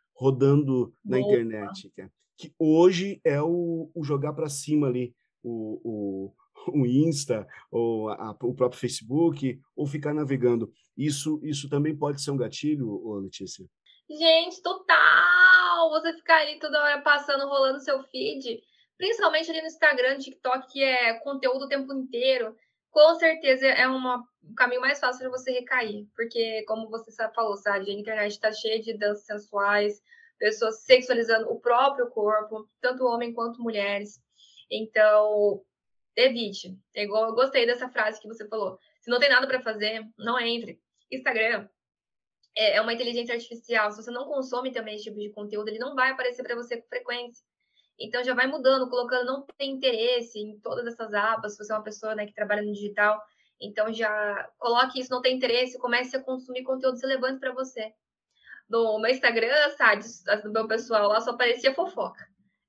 rodando na Boa. internet, que, é, que hoje é o, o jogar para cima ali, o, o, o Insta, ou a, o próprio Facebook, ou ficar navegando. Isso, isso também pode ser um gatilho, ô Letícia? Gente, total! Você ficar ali toda hora passando, rolando seu feed, principalmente ali no Instagram, TikTok, que é conteúdo o tempo inteiro, com certeza é uma, um caminho mais fácil para você recair. Porque, como você falou, sabe, a internet está cheia de danças sensuais, pessoas sexualizando o próprio corpo, tanto homem quanto mulheres. Então, evite. É igual, eu gostei dessa frase que você falou. Se não tem nada para fazer, não entre. Instagram é uma inteligência artificial. Se você não consome também esse tipo de conteúdo, ele não vai aparecer para você com frequência. Então já vai mudando, colocando não tem interesse em todas essas abas, se você é uma pessoa, né, que trabalha no digital. Então já coloque isso, não tem interesse, comece a consumir conteúdos relevantes para você. No meu Instagram, sabe, do meu pessoal lá só aparecia fofoca.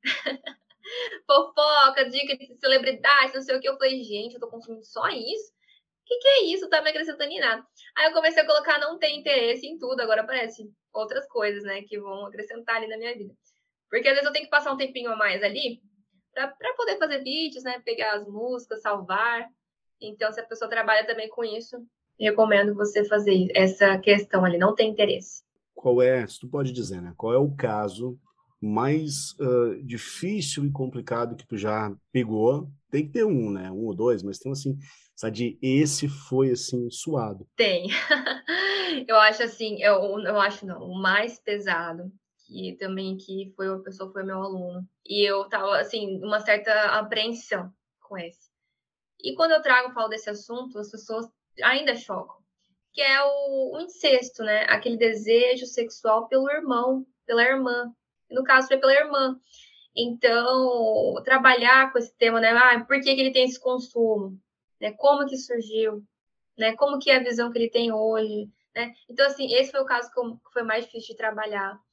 Fofoca, dica de celebridade, não sei o que. Eu falei, gente, eu tô consumindo só isso? O que, que é isso? Tá me acrescentando em nada. Aí eu comecei a colocar não tem interesse em tudo, agora aparece outras coisas, né, que vão acrescentar ali na minha vida. Porque às vezes eu tenho que passar um tempinho a mais ali pra, pra poder fazer vídeos, né, pegar as músicas, salvar. Então, se a pessoa trabalha também com isso, recomendo você fazer essa questão ali, não tem interesse. Qual é, se tu pode dizer, né? Qual é o caso mais uh, difícil e complicado que tu já pegou? Tem que ter um, né? Um ou dois, mas tem um assim, sabe? Esse foi assim suado. Tem. Eu acho assim, eu, eu acho não, o mais pesado que também que foi uma pessoa foi meu aluno e eu tava assim uma certa apreensão com esse. E quando eu trago falo desse assunto, as pessoas ainda chocam, que é o, o incesto, né? Aquele desejo sexual pelo irmão, pela irmã. E no caso foi pela irmã. Então, trabalhar com esse tema, né? Ah, por que, que ele tem esse consumo? Né? Como que surgiu? Né? Como que é a visão que ele tem hoje? Né? Então, assim, esse foi o caso que foi mais difícil de trabalhar.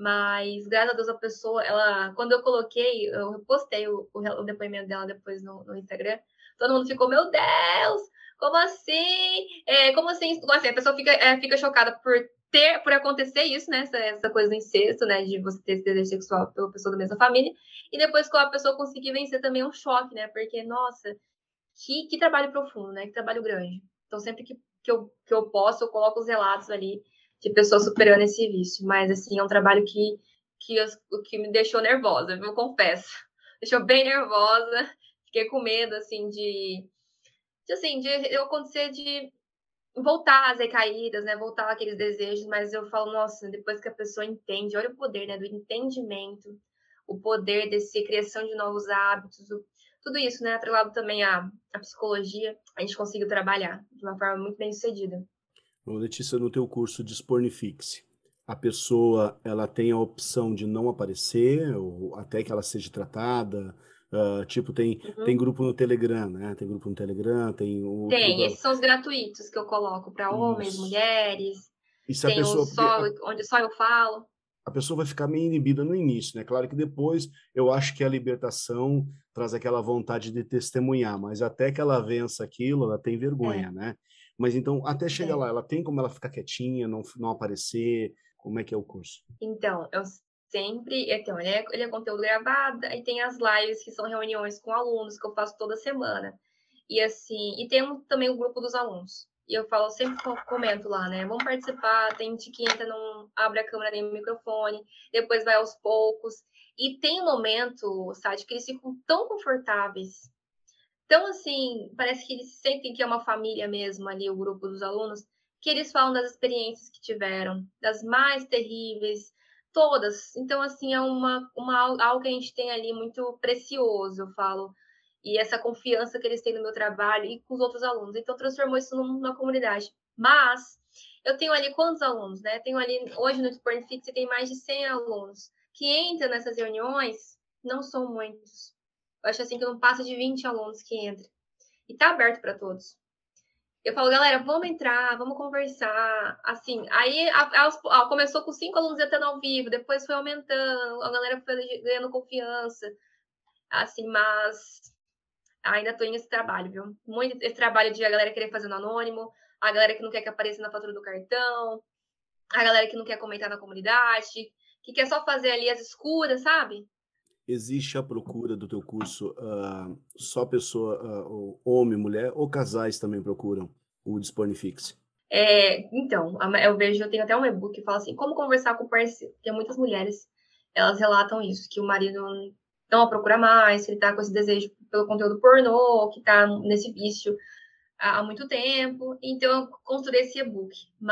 Mas, graças a Deus, a pessoa, ela, quando eu coloquei, eu postei o, o, o depoimento dela depois no, no Instagram, todo mundo ficou, meu Deus, como assim? É, como assim? Assim, a pessoa fica, é, fica chocada por ter, por acontecer isso, né? Essa, essa coisa do incesto, né? De você ter esse desejo sexual pela pessoa da mesma família. E depois, quando a pessoa conseguir vencer, também é um choque, né? Porque, nossa, que, que trabalho profundo, né? Que trabalho grande. Então, sempre que, que, eu, que eu posso, eu coloco os relatos ali de pessoas superando esse vício. Mas, assim, é um trabalho que, que, eu, que me deixou nervosa, eu confesso. Deixou bem nervosa. Fiquei com medo, assim, de... de assim, de eu acontecer de voltar às recaídas, né? Voltar àqueles desejos. Mas eu falo, nossa, depois que a pessoa entende, olha o poder, né? Do entendimento. O poder desse criação de novos hábitos, o, tudo isso, né? Atrelado também à, à psicologia, a gente conseguiu trabalhar de uma forma muito bem sucedida. Bom, Letícia, no teu curso de Spornifix, a pessoa ela tem a opção de não aparecer, ou até que ela seja tratada. Uh, tipo, tem, Uhum. tem grupo no Telegram, né? Tem grupo no Telegram, tem outro Tem, lugar. esses são os gratuitos que eu coloco para homens, Isso. mulheres. E se a Tem pessoa, os só, a, onde só eu falo. a pessoa vai ficar meio inibida no início, né? Claro que depois eu acho que a libertação traz aquela vontade de testemunhar, mas até que ela vença aquilo, ela tem vergonha, É, né? Mas então, até chegar lá, tem. ela tem como ela ficar quietinha, não, não aparecer? Como é que é o curso? Então, eu sempre. Então, ele é, ele é conteúdo gravado, aí tem as lives, que são reuniões com alunos, que eu faço toda semana. E assim, e tem também o grupo dos alunos. E eu falo, sempre comento lá, né? Vamos participar, tem gente que entra, não abre a câmera nem o microfone, depois vai aos poucos. E tem um momento, sabe, que eles ficam tão confortáveis. Então, assim, parece que eles sentem que é uma família mesmo ali, o grupo dos alunos, que eles falam das experiências que tiveram, das mais terríveis, todas. Então, assim, é uma, uma, algo que a gente tem ali muito precioso, eu falo. E essa confiança que eles têm no meu trabalho e com os outros alunos. Então, transformou isso numa comunidade. Mas, eu tenho ali quantos alunos, né? Tenho ali, hoje no Spornifix, tem mais de cem alunos que entram nessas reuniões, não são muitos. Eu acho assim que não passa de vinte alunos que entram. E tá aberto para todos. Eu falo, galera, vamos entrar, vamos conversar. Assim, aí a, a, começou com cinco alunos entrando ao vivo, depois foi aumentando, a galera foi ganhando confiança. Assim, mas ainda tô nesse trabalho, viu? Muito esse trabalho de a galera querer fazer no anônimo, a galera que não quer que apareça na fatura do cartão, a galera que não quer comentar na comunidade, que quer só fazer ali as escuras, sabe? Existe a procura do teu curso, uh, só pessoa, uh, homem, mulher, ou casais também procuram o Spornifix? É, então, eu vejo, eu tenho até um e-book que fala assim, como conversar com o parceiro, porque muitas mulheres, elas relatam isso, que o marido não a procura mais, que ele tá com esse desejo pelo conteúdo pornô, que tá nesse vício há, há muito tempo, então eu construí esse e-book,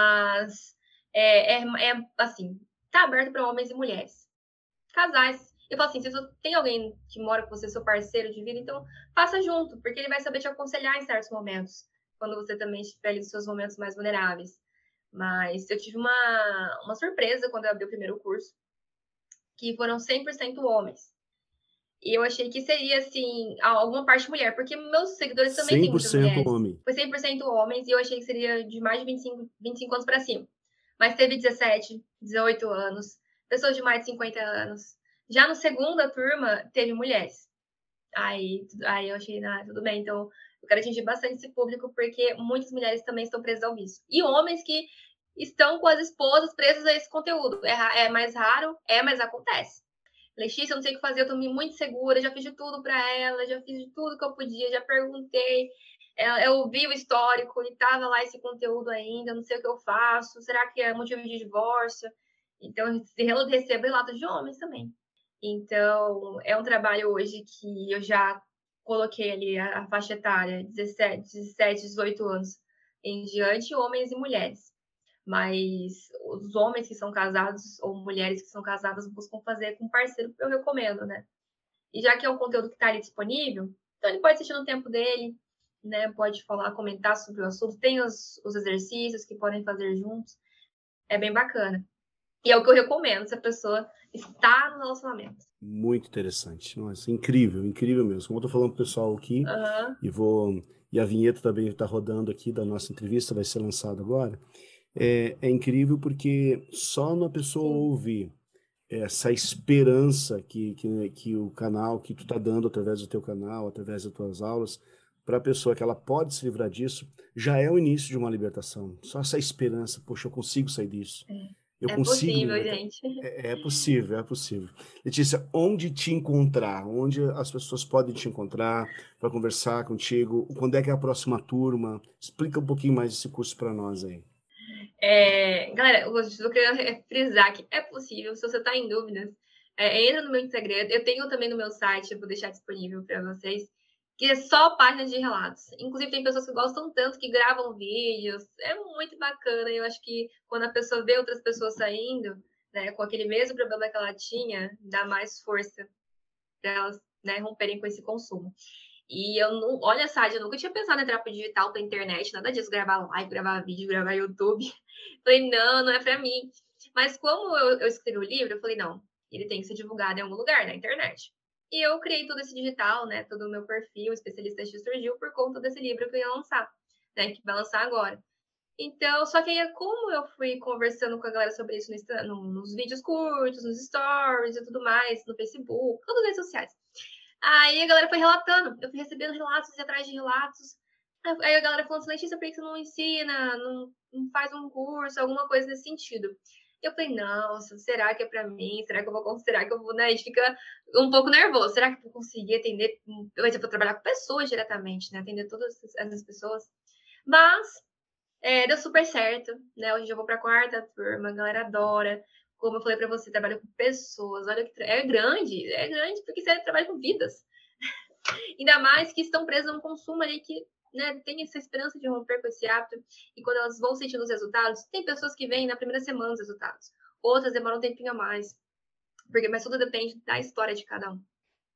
mas é, é, é assim, tá aberto para homens e mulheres, casais. Eu falo assim, se você tem alguém que mora com você, seu parceiro de vida, então faça junto, porque ele vai saber te aconselhar em certos momentos, quando você também estiver nos seus momentos mais vulneráveis. Mas eu tive uma, uma surpresa quando eu abri o primeiro curso, que foram cem por cento homens. E eu achei que seria, assim, alguma parte mulher, porque meus seguidores também têm muitas mulheres. Homem. Foi cem por cento homens e eu achei que seria de mais de vinte e cinco, vinte e cinco anos para cima. Mas teve dezessete, dezoito anos, pessoas de mais de cinquenta anos. Já no segunda turma, teve mulheres. Aí, aí eu achei, ah, tudo bem, então eu quero atingir bastante esse público, porque muitas mulheres também estão presas ao vício. E homens que estão com as esposas presas a esse conteúdo. É, é mais raro, é, mas acontece. Letícia, eu não sei o que fazer, eu tô muito segura, já fiz de tudo para ela, já fiz de tudo que eu podia, já perguntei, eu ouvi o histórico e tava lá esse conteúdo ainda, não sei o que eu faço, será que é motivo de divórcio? Então, eu recebo relatos de homens também. Então, é um trabalho hoje que eu já coloquei ali a, a faixa etária, dezessete, dezessete, dezoito anos em diante, homens e mulheres. Mas os homens que são casados ou mulheres que são casadas buscam fazer com parceiro, eu recomendo, né? E já que é um conteúdo que está ali disponível, então ele pode assistir no tempo dele, né? Pode falar, comentar sobre o assunto. Tem os, os exercícios que podem fazer juntos. É bem bacana. E é o que eu recomendo se a pessoa está no relacionamento. Muito interessante. Nossa, incrível, incrível mesmo. Como eu tô falando pro pessoal aqui, uhum. e vou e a vinheta também está rodando aqui da nossa entrevista, vai ser lançada agora. É, é incrível porque só na pessoa Sim. ouvir essa esperança que, que, que o canal, que tu tá dando através do teu canal, através das tuas aulas, para a pessoa que ela pode se livrar disso, já é o início de uma libertação. Só essa esperança, poxa, eu consigo sair disso. Eu É consigo me possível, libertar. gente. É, é possível, é possível. Letícia, onde te encontrar? Onde as pessoas podem te encontrar para conversar contigo? Quando é que é a próxima turma? Explica um pouquinho mais esse curso para nós aí. É, galera, eu só queria frisar que é possível, se você está em dúvidas, é, entra no meu Instagram, eu tenho também no meu site, eu vou deixar disponível para vocês, que é só páginas de relatos. Inclusive, tem pessoas que gostam tanto que gravam vídeos, é muito bacana. Eu acho que quando a pessoa vê outras pessoas saindo, né, com aquele mesmo problema que ela tinha, dá mais força para elas, né, romperem com esse consumo. E eu não, olha, Sádia, eu nunca tinha pensado em entrar pro digital, pra internet, nada disso, gravar live, gravar vídeo, gravar YouTube. Falei, não, não é pra mim. Mas como eu, eu escrevi o livro, eu falei, não, ele tem que ser divulgado em algum lugar, na internet. E eu criei todo esse digital, né, todo o meu perfil, especialista X surgiu por conta desse livro que eu ia lançar, né, que vai lançar agora. Então, só que aí, como eu fui conversando com a galera sobre isso no, no, nos vídeos curtos, nos stories e tudo mais, no Facebook, todas as redes sociais. Aí a galera foi relatando, eu fui recebendo relatos e atrás de relatos. Aí a galera falou assim, Letícia, por que você não ensina, não, não faz um curso, alguma coisa nesse sentido? Eu falei, nossa, será que é pra mim? Será que eu vou, será que eu vou, né? A gente fica um pouco nervoso. Será que eu vou conseguir atender? Eu vou trabalhar com pessoas diretamente, né? Atender todas essas pessoas. Mas é, deu super certo, né? Hoje eu vou pra quarta turma, a galera adora. Como eu falei para você, trabalho com pessoas. Olha que é grande, é grande porque você trabalha com vidas. Ainda mais que estão presas a um consumo ali que, né, tem essa esperança de romper com esse hábito. E quando elas vão sentindo os resultados, tem pessoas que vêm na primeira semana os resultados. Outras demoram um tempinho a mais. Porque, mas tudo depende da história de cada um.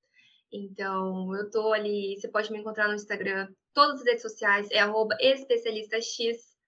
Então, eu tô ali, você pode me encontrar no Instagram, todas as redes sociais, é arroba especialistax.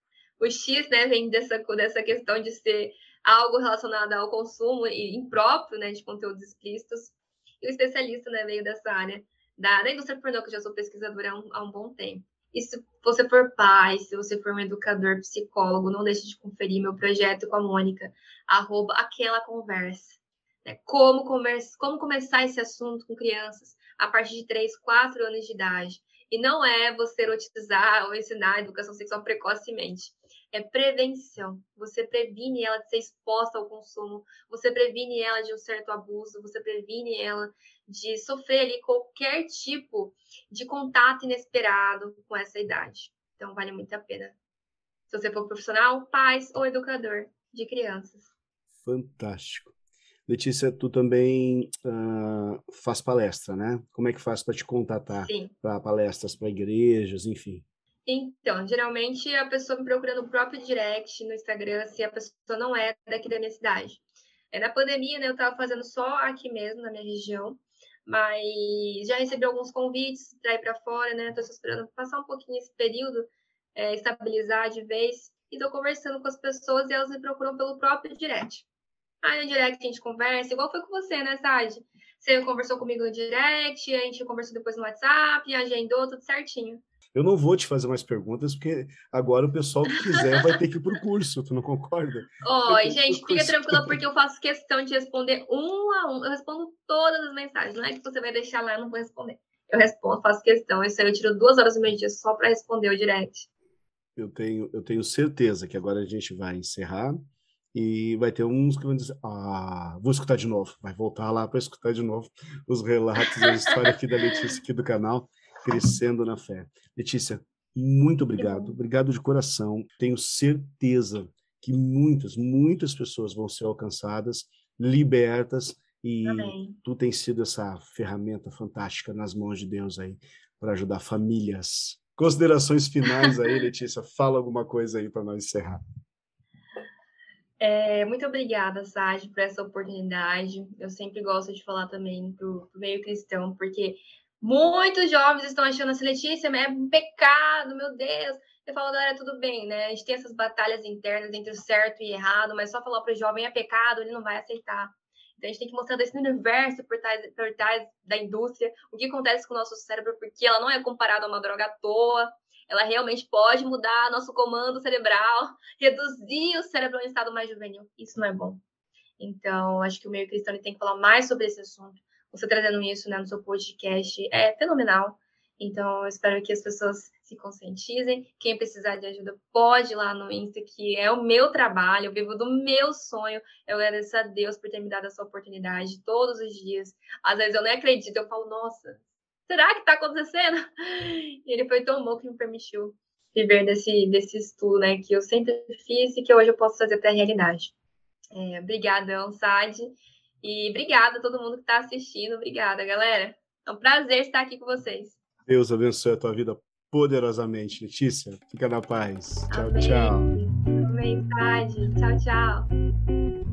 O X, né, vem dessa, dessa questão de ser algo relacionado ao consumo e impróprio, né, de conteúdos explícitos. E o especialista, né, veio dessa área da, da indústria pornô, que eu já sou pesquisadora há um, há um bom tempo. E se você for pai, se você for um educador, psicólogo, não deixe de conferir meu projeto com a Mônica, arroba aquela conversa. Né? Como, conversa, como começar esse assunto com crianças a partir de três, quatro anos de idade. E não é você erotizar ou ensinar a educação sexual precocemente. É prevenção. Você previne ela de ser exposta ao consumo, você previne ela de um certo abuso, você previne ela de sofrer ali qualquer tipo de contato inesperado com essa idade. Então, vale muito a pena. Se você for profissional, pais ou educador de crianças. Fantástico. Letícia, tu também uh, faz palestra, né? Como é que faz para te contatar para palestras, para igrejas, enfim? Então, geralmente a pessoa me procura no próprio direct, no Instagram, se a pessoa não é daqui da minha cidade. É, na pandemia, né, eu estava fazendo só aqui mesmo, na minha região, mas já recebi alguns convites para ir para fora, né? Estou esperando passar um pouquinho esse período, é, estabilizar de vez, e estou conversando com as pessoas e elas me procuram pelo próprio direct. Aí no direct a gente conversa, igual foi com você, né, Sade? Você conversou comigo no direct, a gente conversou depois no WhatsApp, agendou tudo certinho. Eu não vou te fazer mais perguntas, porque agora o pessoal que quiser vai ter que ir pro curso, tu não concorda? Oi, gente, fica tranquila, porque eu faço questão de responder um a um. Eu respondo todas as mensagens, não é que você vai deixar lá, eu não vou responder. Eu respondo, faço questão. Isso aí eu tiro duas horas do meu dia só para responder o direct. Eu tenho, eu tenho certeza que agora a gente vai encerrar e vai ter uns que vão dizer, ah, vou escutar de novo. Vai voltar lá para escutar de novo os relatos e a história aqui da Letícia, aqui do canal, Crescendo na Fé. Letícia, muito obrigado. Obrigado de coração. Tenho certeza que muitas, muitas pessoas vão ser alcançadas, libertas, e Amém. Tu tens sido essa ferramenta fantástica nas mãos de Deus aí para ajudar famílias. Considerações finais aí, Letícia. Fala alguma coisa aí para nós encerrar. É, muito obrigada, Sage, por essa oportunidade. Eu sempre gosto de falar também para o meio cristão, porque muitos jovens estão achando assim, Letícia, é um pecado, meu Deus. Eu falo, galera, tudo bem, né? A gente tem essas batalhas internas entre o certo e errado, mas só falar para o jovem é pecado, ele não vai aceitar. Então, a gente tem que mostrar desse universo por trás, por trás da indústria, o que acontece com o nosso cérebro, porque ela não é comparada a uma droga à toa. Ela realmente pode mudar nosso comando cerebral, reduzir o cérebro em estado mais juvenil. Isso não é bom. Então, acho que o meio cristão ele tem que falar mais sobre esse assunto. Você trazendo isso, né, no seu podcast é fenomenal. Então, eu espero que as pessoas se conscientizem. Quem precisar de ajuda pode ir lá no Insta, que é o meu trabalho, eu vivo do meu sonho. Eu agradeço a Deus por ter me dado essa oportunidade todos os dias. Às vezes eu nem acredito, eu falo, nossa, será que está acontecendo? E ele foi tão bom que me permitiu viver desse, desse estudo, né, que eu sempre fiz e que hoje eu posso trazer para a realidade. É, obrigada, Sad. E obrigada a todo mundo que está assistindo. Obrigada, galera. É um prazer estar aqui com vocês. Deus abençoe a tua vida poderosamente, Letícia. Fica na paz. Tchau, Amém. tchau. Amém, Sad. Tchau, tchau.